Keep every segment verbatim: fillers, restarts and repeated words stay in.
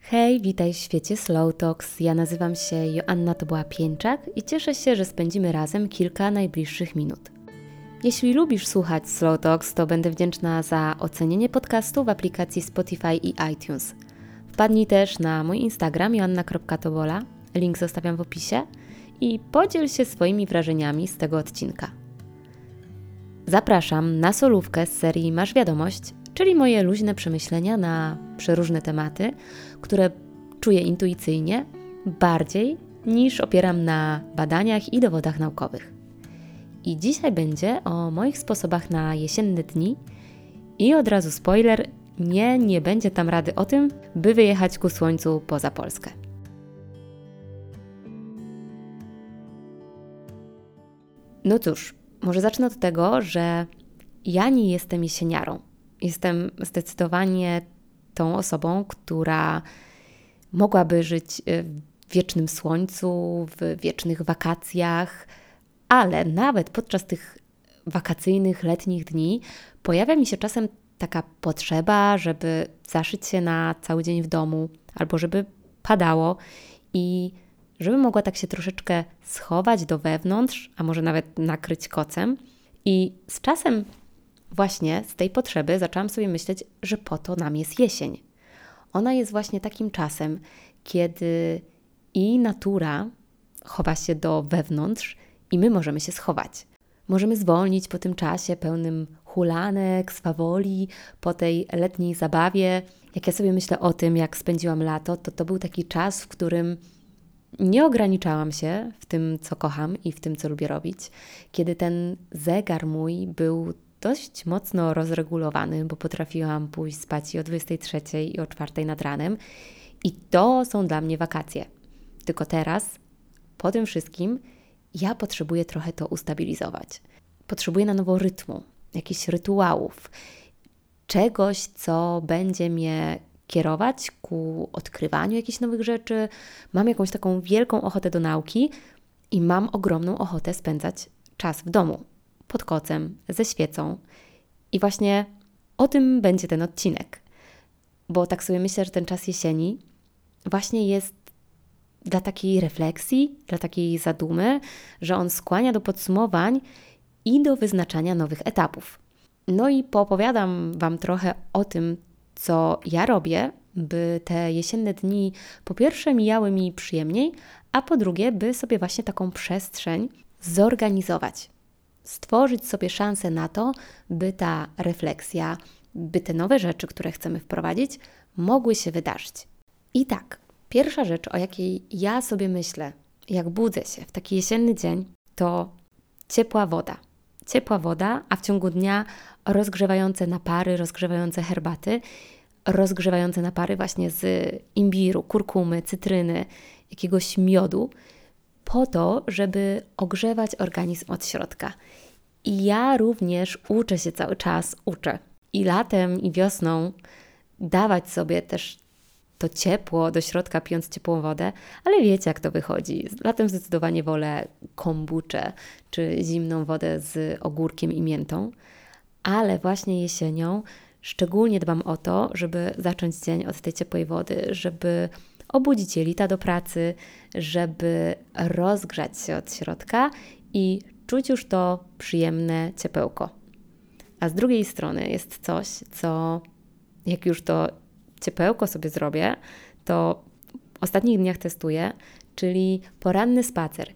Hej, witaj w świecie Slow Talks. Ja nazywam się Joanna Toboła-Pieńczak i cieszę się, że spędzimy razem kilka najbliższych minut. Jeśli lubisz słuchać Slow Talks, to będę wdzięczna za ocenienie podcastu w aplikacji Spotify i iTunes. Wpadnij też na mój Instagram joanna kropka tobola, link zostawiam w opisie i podziel się swoimi wrażeniami z tego odcinka. Zapraszam na solówkę z serii Masz Wiadomość, czyli moje luźne przemyślenia na przeróżne tematy, które czuję intuicyjnie bardziej niż opieram na badaniach i dowodach naukowych. I dzisiaj będzie o moich sposobach na jesienne dni i od razu spoiler, nie, nie będzie tam rady o tym, by wyjechać ku słońcu poza Polskę. No cóż, może zacznę od tego, że ja nie jestem jesieniarą. Jestem zdecydowanie tą osobą, która mogłaby żyć w wiecznym słońcu, w wiecznych wakacjach, ale nawet podczas tych wakacyjnych, letnich dni pojawia mi się czasem taka potrzeba, żeby zaszyć się na cały dzień w domu, albo żeby padało i żeby mogła tak się troszeczkę schować do wewnątrz, a może nawet nakryć kocem. I z czasem właśnie z tej potrzeby zaczęłam sobie myśleć, że po to nam jest jesień. Ona jest właśnie takim czasem, kiedy i natura chowa się do wewnątrz i my możemy się schować. Możemy zwolnić po tym czasie pełnym hulanek, swawoli, po tej letniej zabawie. Jak ja sobie myślę o tym, jak spędziłam lato, to to był taki czas, w którym nie ograniczałam się w tym, co kocham i w tym, co lubię robić. Kiedy ten zegar mój był dość mocno rozregulowany, bo potrafiłam pójść spać i o dwudziestej trzeciej i o czwartej nad ranem. I to są dla mnie wakacje. Tylko teraz, po tym wszystkim, ja potrzebuję trochę to ustabilizować. Potrzebuję na nowo rytmu, jakichś rytuałów, czegoś, co będzie mnie kierować ku odkrywaniu jakichś nowych rzeczy. Mam jakąś taką wielką ochotę do nauki i mam ogromną ochotę spędzać czas w domu, pod kocem, ze świecą. I właśnie o tym będzie ten odcinek. Bo tak sobie myślę, że ten czas jesieni właśnie jest dla takiej refleksji, dla takiej zadumy, że on skłania do podsumowań i do wyznaczania nowych etapów. No i poopowiadam Wam trochę o tym, co ja robię, by te jesienne dni po pierwsze mijały mi przyjemniej, a po drugie, by sobie właśnie taką przestrzeń zorganizować. Stworzyć sobie szansę na to, by ta refleksja, by te nowe rzeczy, które chcemy wprowadzić, mogły się wydarzyć. I tak, pierwsza rzecz, o jakiej ja sobie myślę, jak budzę się w taki jesienny dzień, to ciepła woda. Ciepła woda, a w ciągu dnia rozgrzewające napary, rozgrzewające herbaty, rozgrzewające napary właśnie z imbiru, kurkumy, cytryny, jakiegoś miodu, po to, żeby ogrzewać organizm od środka. I ja również uczę się cały czas, uczę. I latem, i wiosną dawać sobie też to ciepło do środka, pijąc ciepłą wodę, ale wiecie, jak to wychodzi. Latem zdecydowanie wolę kombuczę, czy zimną wodę z ogórkiem i miętą, ale właśnie jesienią szczególnie dbam o to, żeby zacząć dzień od tej ciepłej wody, żeby obudzić jelita do pracy, żeby rozgrzać się od środka i czuć już to przyjemne ciepełko. A z drugiej strony jest coś, co jak już to ciepełko sobie zrobię, to w ostatnich dniach testuję, czyli poranny spacer.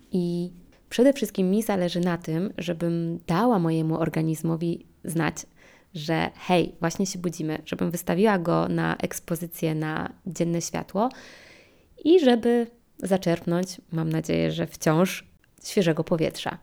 I przede wszystkim mi zależy na tym, żebym dała mojemu organizmowi znać, że hej, właśnie się budzimy, żebym wystawiła go na ekspozycję na dzienne światło i żeby zaczerpnąć, mam nadzieję, że wciąż, świeżego powietrza.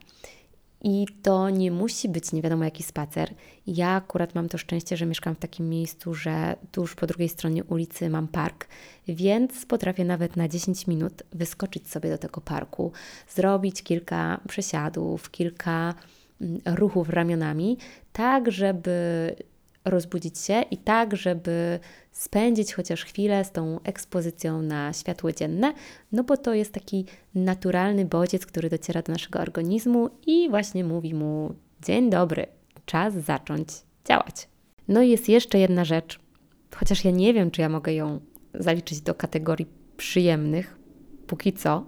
I to nie musi być nie wiadomo jaki spacer. Ja akurat mam to szczęście, że mieszkam w takim miejscu, że tuż po drugiej stronie ulicy mam park, więc potrafię nawet na dziesięć minut wyskoczyć sobie do tego parku, zrobić kilka przesiadów, kilka ruchów ramionami, tak żeby rozbudzić się i tak, żeby spędzić chociaż chwilę z tą ekspozycją na światło dzienne, no bo to jest taki naturalny bodziec, który dociera do naszego organizmu i właśnie mówi mu: dzień dobry, czas zacząć działać. No i jest jeszcze jedna rzecz, chociaż ja nie wiem, czy ja mogę ją zaliczyć do kategorii przyjemnych, póki co,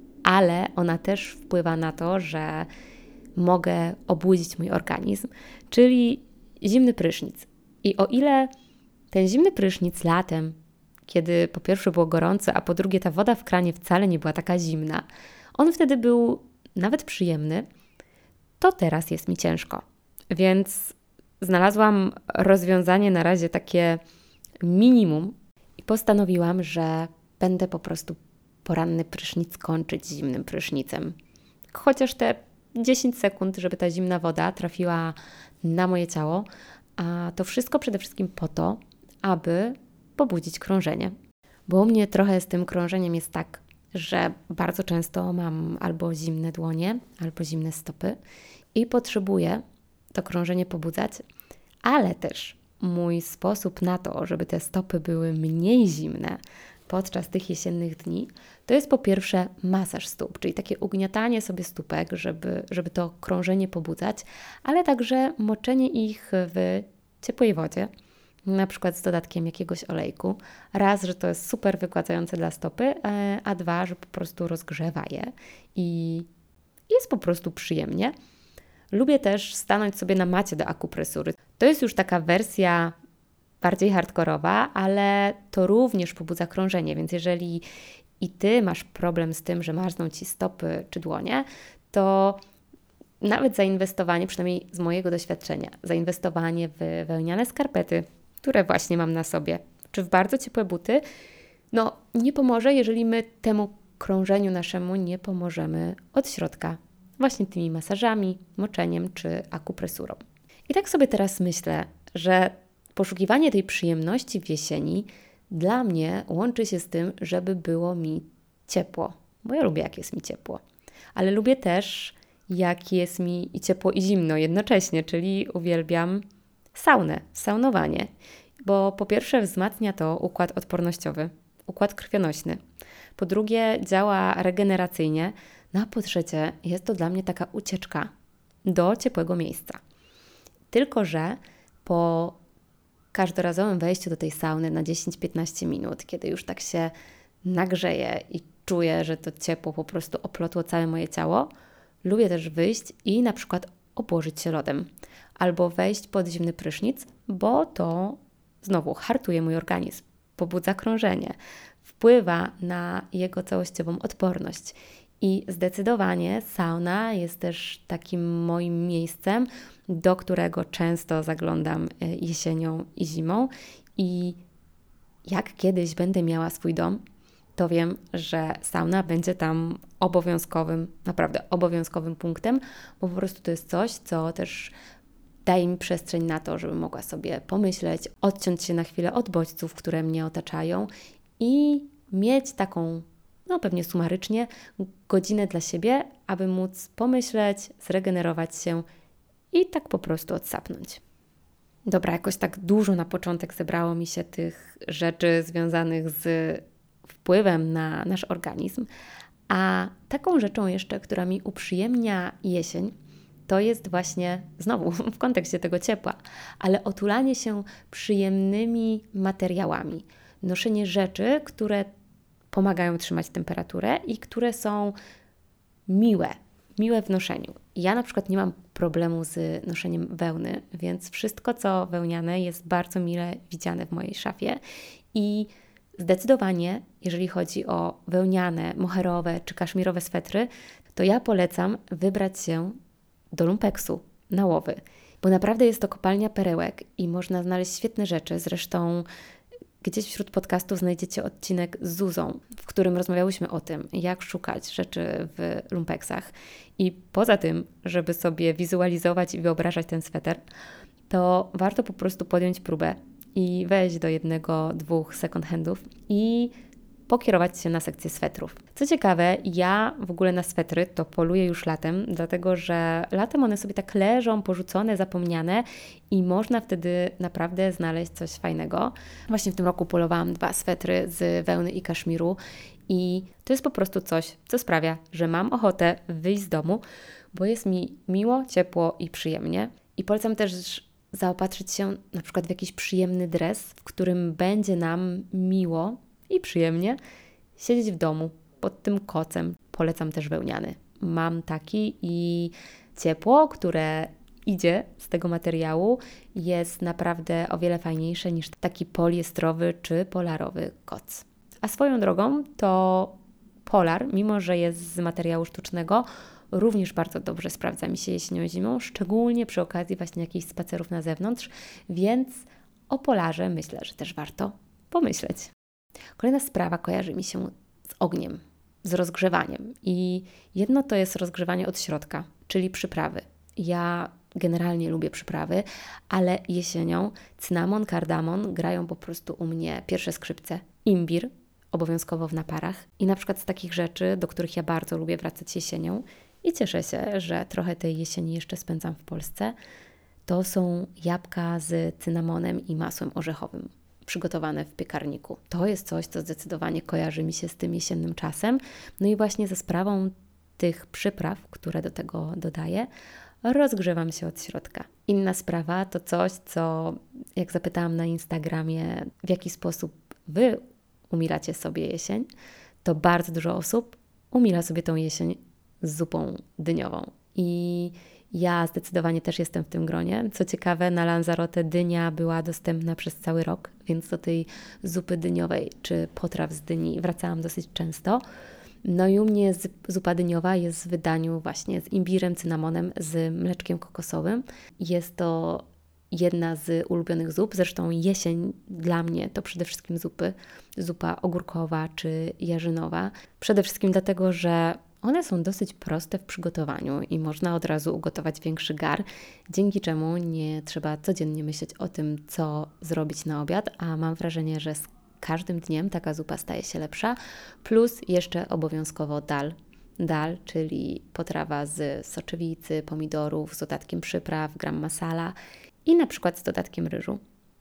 ale ona też wpływa na to, że mogę obudzić mój organizm, czyli zimny prysznic. I o ile ten zimny prysznic latem, kiedy po pierwsze było gorąco, a po drugie ta woda w kranie wcale nie była taka zimna, on wtedy był nawet przyjemny, to teraz jest mi ciężko. Więc znalazłam rozwiązanie na razie takie minimum i postanowiłam, że będę po prostu poranny prysznic kończyć zimnym prysznicem. Chociaż te dziesięć sekund, żeby ta zimna woda trafiła na moje ciało, a to wszystko przede wszystkim po to, aby pobudzić krążenie. Bo u mnie trochę z tym krążeniem jest tak, że bardzo często mam albo zimne dłonie, albo zimne stopy i potrzebuję to krążenie pobudzać, ale też mój sposób na to, żeby te stopy były mniej zimne podczas tych jesiennych dni, to jest po pierwsze masaż stóp, czyli takie ugniatanie sobie stópek, żeby, żeby to krążenie pobudzać, ale także moczenie ich w ciepłej wodzie, na przykład z dodatkiem jakiegoś olejku. Raz, że to jest super wygładzające dla stopy, a dwa, że po prostu rozgrzewa je i jest po prostu przyjemnie. Lubię też stanąć sobie na macie do akupresury. To jest już taka wersja bardziej hardkorowa, ale to również pobudza krążenie, więc jeżeli i Ty masz problem z tym, że marzną Ci stopy czy dłonie, to nawet zainwestowanie, przynajmniej z mojego doświadczenia, zainwestowanie w wełniane skarpety, które właśnie mam na sobie, czy w bardzo ciepłe buty, no nie pomoże, jeżeli my temu krążeniu naszemu nie pomożemy od środka, właśnie tymi masażami, moczeniem czy akupresurą. I tak sobie teraz myślę, że poszukiwanie tej przyjemności w jesieni dla mnie łączy się z tym, żeby było mi ciepło, bo ja lubię, jak jest mi ciepło, ale lubię też, jak jest mi i ciepło i zimno jednocześnie, czyli uwielbiam saunę, saunowanie, bo po pierwsze wzmacnia to układ odpornościowy, układ krwionośny, po drugie działa regeneracyjnie, no a po trzecie jest to dla mnie taka ucieczka do ciepłego miejsca. Tylko że po każdorazowym wejściu do tej sauny na dziesięć do piętnastu minut, kiedy już tak się nagrzeję i czuję, że to ciepło po prostu oplotło całe moje ciało, lubię też wyjść i na przykład obłożyć się lodem albo wejść pod zimny prysznic, bo to znowu hartuje mój organizm, pobudza krążenie, wpływa na jego całościową odporność. I zdecydowanie sauna jest też takim moim miejscem, do którego często zaglądam jesienią i zimą. I jak kiedyś będę miała swój dom, to wiem, że sauna będzie tam obowiązkowym, naprawdę obowiązkowym punktem, bo po prostu to jest coś, co też daje mi przestrzeń na to, żebym mogła sobie pomyśleć, odciąć się na chwilę od bodźców, które mnie otaczają i mieć taką, no pewnie sumarycznie, godzinę dla siebie, aby móc pomyśleć, zregenerować się i tak po prostu odsapnąć. Dobra, jakoś tak dużo na początek zebrało mi się tych rzeczy związanych z wpływem na nasz organizm, a taką rzeczą jeszcze, która mi uprzyjemnia jesień, to jest właśnie, znowu w kontekście tego ciepła, ale otulanie się przyjemnymi materiałami, noszenie rzeczy, które pomagają trzymać temperaturę i które są miłe, miłe w noszeniu. Ja na przykład nie mam problemu z noszeniem wełny, więc wszystko, co wełniane, jest bardzo mile widziane w mojej szafie i zdecydowanie, jeżeli chodzi o wełniane, moherowe czy kaszmirowe swetry, to ja polecam wybrać się do lumpeksu, na Łowy, bo naprawdę jest to kopalnia perełek i można znaleźć świetne rzeczy. Zresztą gdzieś wśród podcastów znajdziecie odcinek z Zuzą, w którym rozmawiałyśmy o tym, jak szukać rzeczy w lumpeksach. I poza tym, żeby sobie wizualizować i wyobrażać ten sweter, to warto po prostu podjąć próbę i wejść do jednego, dwóch second handów i pokierować się na sekcję swetrów. Co ciekawe, ja w ogóle na swetry to poluję już latem, dlatego że latem one sobie tak leżą, porzucone, zapomniane i można wtedy naprawdę znaleźć coś fajnego. Właśnie w tym roku polowałam dwa swetry z wełny i kaszmiru i to jest po prostu coś, co sprawia, że mam ochotę wyjść z domu, bo jest mi miło, ciepło i przyjemnie. I polecam też zaopatrzyć się na przykład w jakiś przyjemny dres, w którym będzie nam miło i przyjemnie siedzieć w domu pod tym kocem. Polecam też wełniany. Mam taki i ciepło, które idzie z tego materiału, jest naprawdę o wiele fajniejsze niż taki poliestrowy czy polarowy koc. A swoją drogą to polar, mimo że jest z materiału sztucznego, również bardzo dobrze sprawdza mi się jesienią i zimą, szczególnie przy okazji właśnie jakichś spacerów na zewnątrz, więc o polarze myślę, że też warto pomyśleć. Kolejna sprawa kojarzy mi się z ogniem, z rozgrzewaniem i jedno to jest rozgrzewanie od środka, czyli przyprawy. Ja generalnie lubię przyprawy, ale jesienią cynamon, kardamon grają po prostu u mnie pierwsze skrzypce. Imbir obowiązkowo w naparach i na przykład z takich rzeczy, do których ja bardzo lubię wracać jesienią i cieszę się, że trochę tej jesieni jeszcze spędzam w Polsce, to są jabłka z cynamonem i masłem orzechowym przygotowane w piekarniku. To jest coś, co zdecydowanie kojarzy mi się z tym jesiennym czasem. No i właśnie ze sprawą tych przypraw, które do tego dodaję, rozgrzewam się od środka. Inna sprawa to coś, co jak zapytałam na Instagramie, w jaki sposób Wy umilacie sobie jesień, to bardzo dużo osób umila sobie tą jesień z zupą dyniową. I ja zdecydowanie też jestem w tym gronie. Co ciekawe, na Lanzarote dynia była dostępna przez cały rok, więc do tej zupy dyniowej czy potraw z dyni wracałam dosyć często. No i u mnie zupa dyniowa jest w wydaniu właśnie z imbirem, cynamonem, z mleczkiem kokosowym. Jest to jedna z ulubionych zup, zresztą jesień dla mnie to przede wszystkim zupy, zupa ogórkowa czy jarzynowa. Przede wszystkim dlatego, że one są dosyć proste w przygotowaniu i można od razu ugotować większy gar, dzięki czemu nie trzeba codziennie myśleć o tym, co zrobić na obiad, a mam wrażenie, że z każdym dniem taka zupa staje się lepsza, plus jeszcze obowiązkowo dal. Dal, czyli potrawa z soczewicy, pomidorów, z dodatkiem przypraw, gram masala i na przykład z dodatkiem ryżu.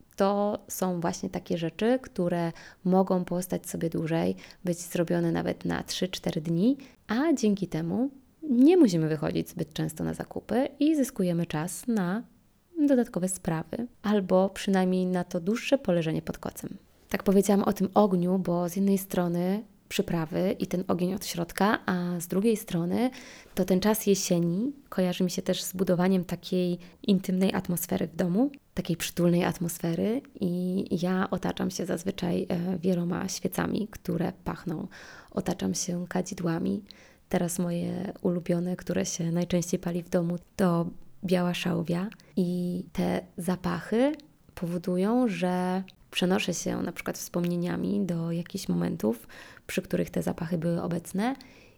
To są właśnie takie rzeczy, które mogą postać sobie dłużej, być zrobione nawet na trzy cztery dni, a dzięki temu nie musimy wychodzić zbyt często na zakupy i zyskujemy czas na dodatkowe sprawy, albo przynajmniej na to dłuższe poleżenie pod kocem. Tak powiedziałam o tym ogniu, bo z jednej strony przyprawy i ten ogień od środka, a z drugiej strony to ten czas jesieni kojarzy mi się też z budowaniem takiej intymnej atmosfery w domu, takiej przytulnej atmosfery i ja otaczam się zazwyczaj wieloma świecami, które pachną. Otaczam się kadzidłami. Teraz moje ulubione, które się najczęściej pali w domu, to biała szałwia i te zapachy powodują, że przenoszę się na przykład wspomnieniami do jakichś momentów, przy których te zapachy były obecne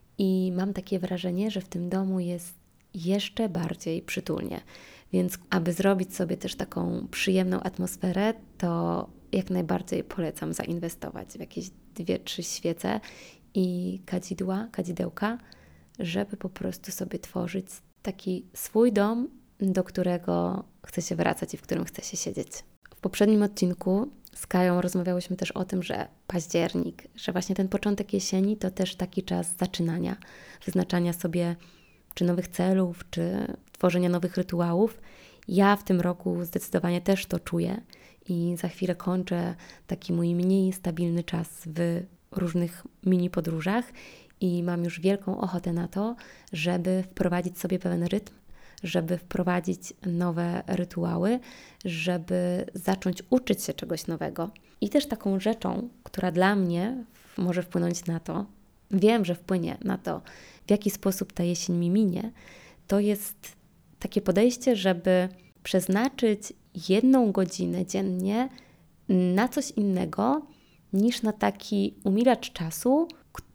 i mam takie wrażenie, że w tym domu jest jeszcze bardziej przytulnie. Więc aby zrobić sobie też taką przyjemną atmosferę, to jak najbardziej polecam zainwestować w jakieś dwie, trzy świece i kadzidła, kadzidełka, żeby po prostu sobie tworzyć taki swój dom, do którego chce się wracać i w którym chce się siedzieć. W poprzednim odcinku z Kają rozmawiałyśmy też o tym, że październik, że właśnie ten początek jesieni to też taki czas zaczynania, wyznaczania sobie czy nowych celów, czy tworzenia nowych rytuałów. Ja w tym roku zdecydowanie też to czuję i za chwilę kończę taki mój mniej stabilny czas w różnych mini podróżach i mam już wielką ochotę na to, żeby wprowadzić sobie pewien rytm, żeby wprowadzić nowe rytuały, żeby zacząć uczyć się czegoś nowego. I też taką rzeczą, która dla mnie może wpłynąć na to, wiem, że wpłynie na to, w jaki sposób ta jesień mi minie, to jest takie podejście, żeby przeznaczyć jedną godzinę dziennie na coś innego niż na taki umilacz czasu,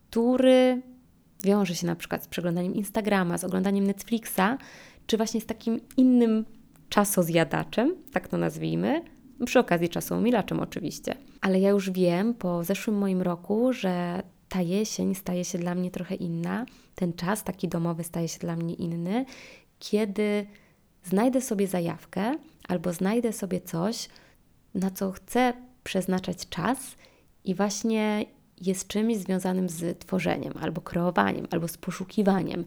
który wiąże się na przykład z przeglądaniem Instagrama, z oglądaniem Netflixa, czy właśnie z takim innym czasozjadaczem, tak to nazwijmy, przy okazji czasoumilaczem oczywiście. Ale ja już wiem po zeszłym moim roku, że ta jesień staje się dla mnie trochę inna, ten czas taki domowy staje się dla mnie inny, kiedy znajdę sobie zajawkę albo znajdę sobie coś, na co chcę przeznaczać czas i właśnie jest czymś związanym z tworzeniem, albo kreowaniem, albo z poszukiwaniem.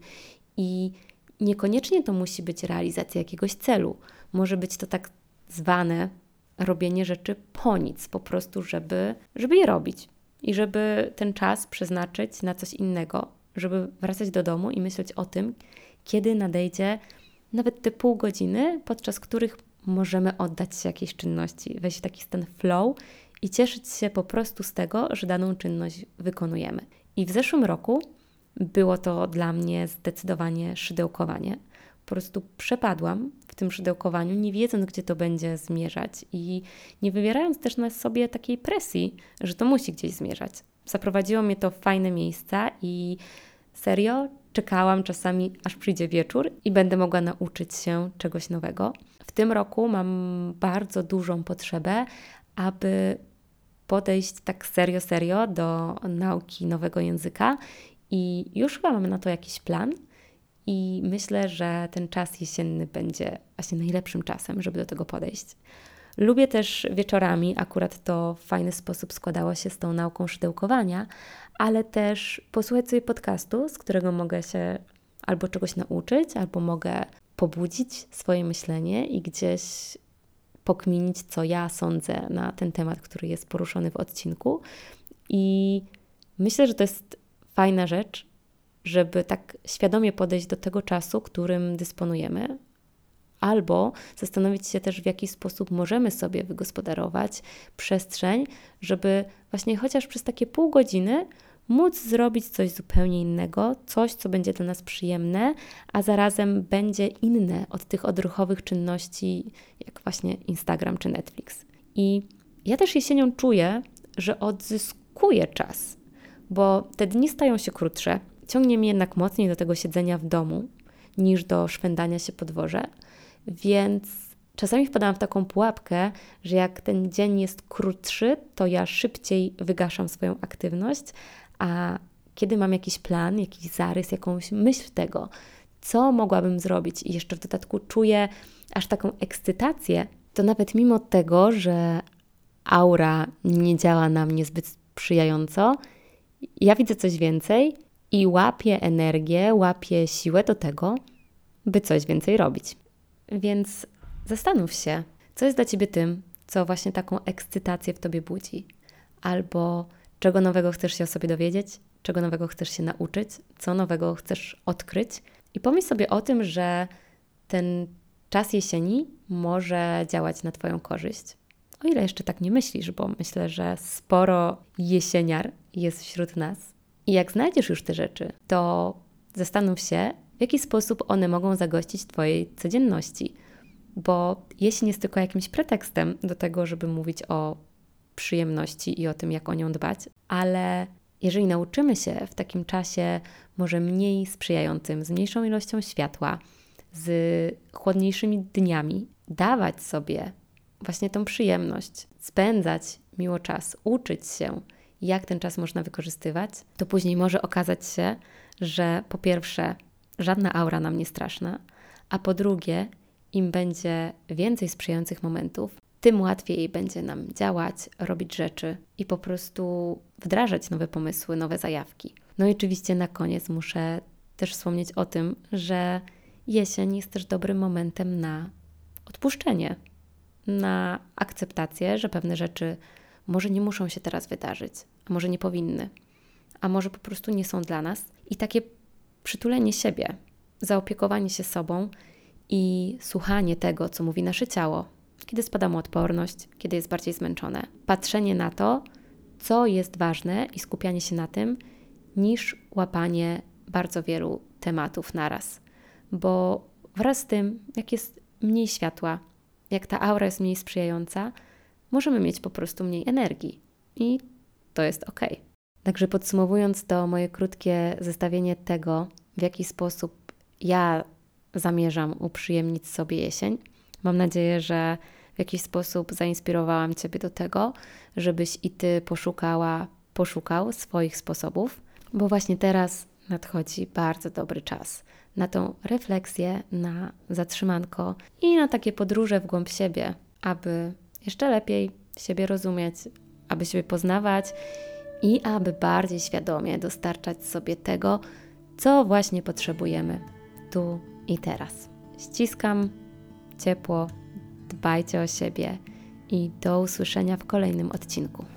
I niekoniecznie to musi być realizacja jakiegoś celu. Może być to tak zwane robienie rzeczy po nic, po prostu, żeby, żeby je robić. i żeby ten czas przeznaczyć na coś innego, żeby wracać do domu i myśleć o tym, kiedy nadejdzie nawet te pół godziny, podczas których możemy oddać się jakiejś czynności, wejść w taki stan flow i cieszyć się po prostu z tego, że daną czynność wykonujemy. I w zeszłym roku było to dla mnie zdecydowanie szydełkowanie. Po prostu przepadłam w tym szydełkowaniu, nie wiedząc, gdzie to będzie zmierzać i nie wywierając też na sobie takiej presji, że to musi gdzieś zmierzać. Zaprowadziło mnie to w fajne miejsca i serio czekałam czasami, aż przyjdzie wieczór i będę mogła nauczyć się czegoś nowego. W tym roku mam bardzo dużą potrzebę, aby podejść tak serio, serio do nauki nowego języka i już chyba mamy na to jakiś plan i myślę, że ten czas jesienny będzie właśnie najlepszym czasem, żeby do tego podejść. Lubię też wieczorami, akurat to w fajny sposób składało się z tą nauką szydełkowania, ale też posłuchać sobie podcastu, z którego mogę się albo czegoś nauczyć, albo mogę pobudzić swoje myślenie i gdzieś pokminić, co ja sądzę na ten temat, który jest poruszony w odcinku. I myślę, że to jest fajna rzecz, żeby tak świadomie podejść do tego czasu, którym dysponujemy, albo zastanowić się też, w jaki sposób możemy sobie wygospodarować przestrzeń, żeby właśnie chociaż przez takie pół godziny móc zrobić coś zupełnie innego, coś, co będzie dla nas przyjemne, a zarazem będzie inne od tych odruchowych czynności, jak właśnie Instagram czy Netflix. I ja też jesienią czuję, że odzyskuję czas, bo te dni stają się krótsze. Ciągnie mnie jednak mocniej do tego siedzenia w domu, niż do szwendania się po dworze, więc czasami wpadałam w taką pułapkę, że jak ten dzień jest krótszy, to ja szybciej wygaszam swoją aktywność, a kiedy mam jakiś plan, jakiś zarys, jakąś myśl tego, co mogłabym zrobić i jeszcze w dodatku czuję aż taką ekscytację, to nawet mimo tego, że aura nie działa na mnie zbyt sprzyjająco, ja widzę coś więcej i łapię energię, łapię siłę do tego, by coś więcej robić. Więc zastanów się, co jest dla Ciebie tym, co właśnie taką ekscytację w Tobie budzi. Albo czego nowego chcesz się o sobie dowiedzieć, czego nowego chcesz się nauczyć, co nowego chcesz odkryć. I pomyśl sobie o tym, że ten czas jesieni może działać na Twoją korzyść. O ile jeszcze tak nie myślisz, bo myślę, że sporo jesieniar jest wśród nas. I jak znajdziesz już te rzeczy, to zastanów się, w jaki sposób one mogą zagościć w Twojej codzienności. Bo jesień jest tylko jakimś pretekstem do tego, żeby mówić o przyjemności i o tym, jak o nią dbać, ale jeżeli nauczymy się w takim czasie może mniej sprzyjającym, z mniejszą ilością światła, z chłodniejszymi dniami, dawać sobie właśnie tą przyjemność, spędzać miło czas, uczyć się, jak ten czas można wykorzystywać, to później może okazać się, że po pierwsze żadna aura nam nie straszna, a po drugie im będzie więcej sprzyjających momentów, tym łatwiej będzie nam działać, robić rzeczy i po prostu wdrażać nowe pomysły, nowe zajawki. No i oczywiście na koniec muszę też wspomnieć o tym, że jesień jest też dobrym momentem na odpuszczenie, na akceptację, że pewne rzeczy może nie muszą się teraz wydarzyć, a może nie powinny, a może po prostu nie są dla nas. I takie przytulenie siebie, zaopiekowanie się sobą i słuchanie tego, co mówi nasze ciało, kiedy spada mu odporność, kiedy jest bardziej zmęczone. Patrzenie na to, co jest ważne i skupianie się na tym, niż łapanie bardzo wielu tematów naraz. Bo wraz z tym, jak jest mniej światła, jak ta aura jest mniej sprzyjająca, możemy mieć po prostu mniej energii i to jest okej. Także podsumowując to moje krótkie zestawienie tego, w jaki sposób ja zamierzam uprzyjemnić sobie jesień, mam nadzieję, że w jakiś sposób zainspirowałam Ciebie do tego, żebyś i Ty poszukała, poszukał swoich sposobów, bo właśnie teraz nadchodzi bardzo dobry czas na tą refleksję, na zatrzymanko i na takie podróże w głąb siebie, aby jeszcze lepiej siebie rozumieć, aby siebie poznawać i aby bardziej świadomie dostarczać sobie tego, co właśnie potrzebujemy tu i teraz. Ściskam ciepło, dbajcie o siebie i do usłyszenia w kolejnym odcinku.